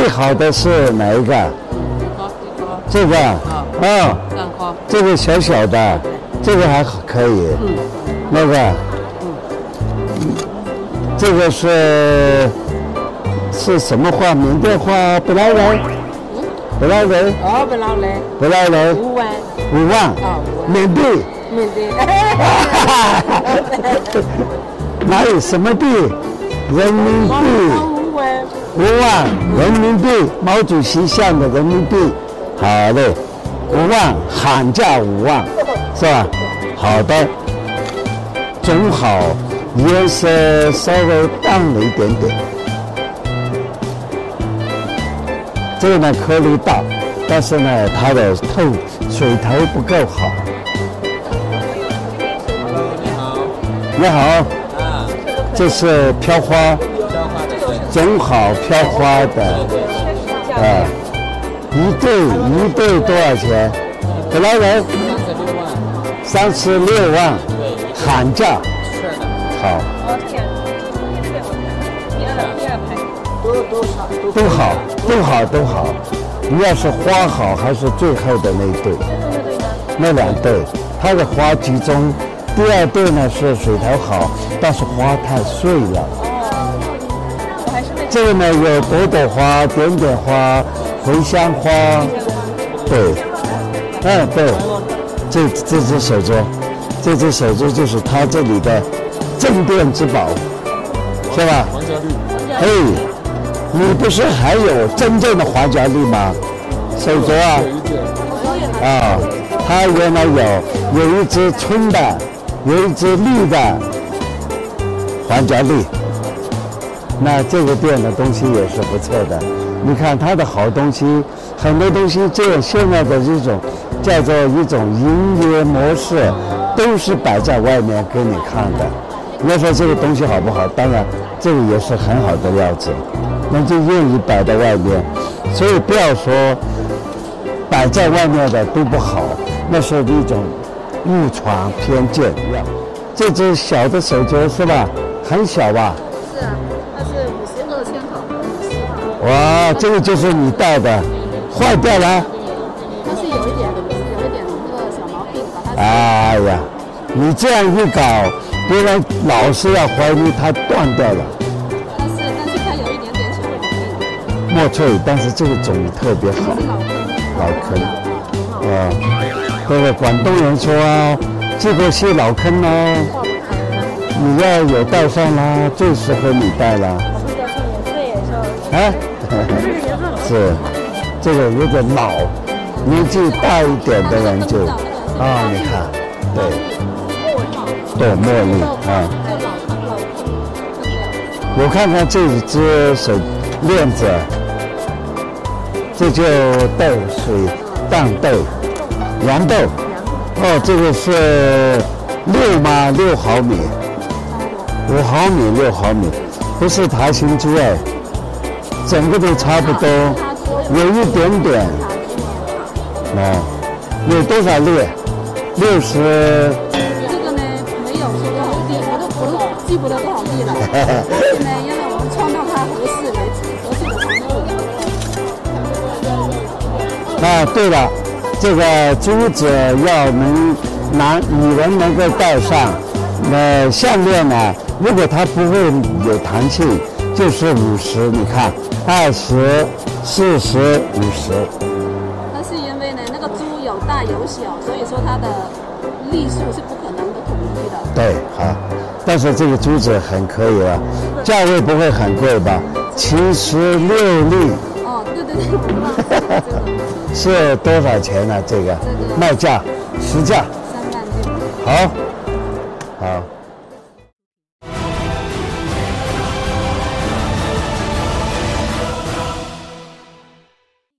最好的是哪一个？这个啊，这个小小的，这个还可以。那个，这个是什么花？缅甸花？不劳雷？不劳雷？ 哦，不劳雷。 不劳雷。5万。缅币。 缅币。 哪有什么币？人民币。5万人民币，毛主席像的人民币。好嘞，5万，喊价5万，是吧？好的，种好，颜色稍微淡了一点点。这个呢颗粒大，但是呢它的水头不够好。你好，这是飘花，种好飘花的，一对多少钱？不劳人36万，喊价。好。都好。你要是花好，还是最后的那一对？那2对，它的花集中。第2对呢是水头好，但是花太碎了。这个呢有朵朵花、点点花、茴香花。对，对，这只手镯，这只手镯就是它这里的镇店之宝，是吧？黄角绿。你不是还有真正的黄角绿吗？手镯啊，它原来有一只春的，有一只绿的黄角绿。那这个店的东西也是不错的，你看它的好东西，很多东西这样现在的这种叫做一种营业模式，都是摆在外面给你看的。你要说这个东西好不好，当然这个也是很好的料子，那就愿意摆在外面。所以不要说摆在外面的都不好，那是一种误传偏见。这只小的手镯是吧？很小吧？ 是啊，它是52千毫。 哇，这个就是你戴的，坏掉了？ 它是有一点那个小毛病，把它。 哎呀，你这样一搞，别人老是要怀疑它断掉了。 但是它有一点小毛病。 墨翠，但是这个种特别好，老坑。这个广东人说啊，这个是老坑哦。你要有戴上啦，最适合你戴啦。是，这个有点老，年纪大一点的人就，你看，对，对，茉莉啊。我看看这只手链子，这就豆水淡豆，黄豆，这个是6吗？6毫米。5毫米、6毫米，不是台新珠哎，整个都差不多，有一点点。有多少粒？60。 这个呢没有说多少粒，我都记不得多少粒了。因为我们创造它合适的长度。 对了，这个珠子要女人能够戴上。项链呢，如果它不会有弹性，就是50，你看，20、40、50。 那是因为呢，那个珠有大有小，所以说它的粒数是不可能的统一的。 对，好，但是这个珠子很可以了，价位不会很贵吧？76粒。 对。 是多少钱呢？这个卖价实价。 3万6。 好。好。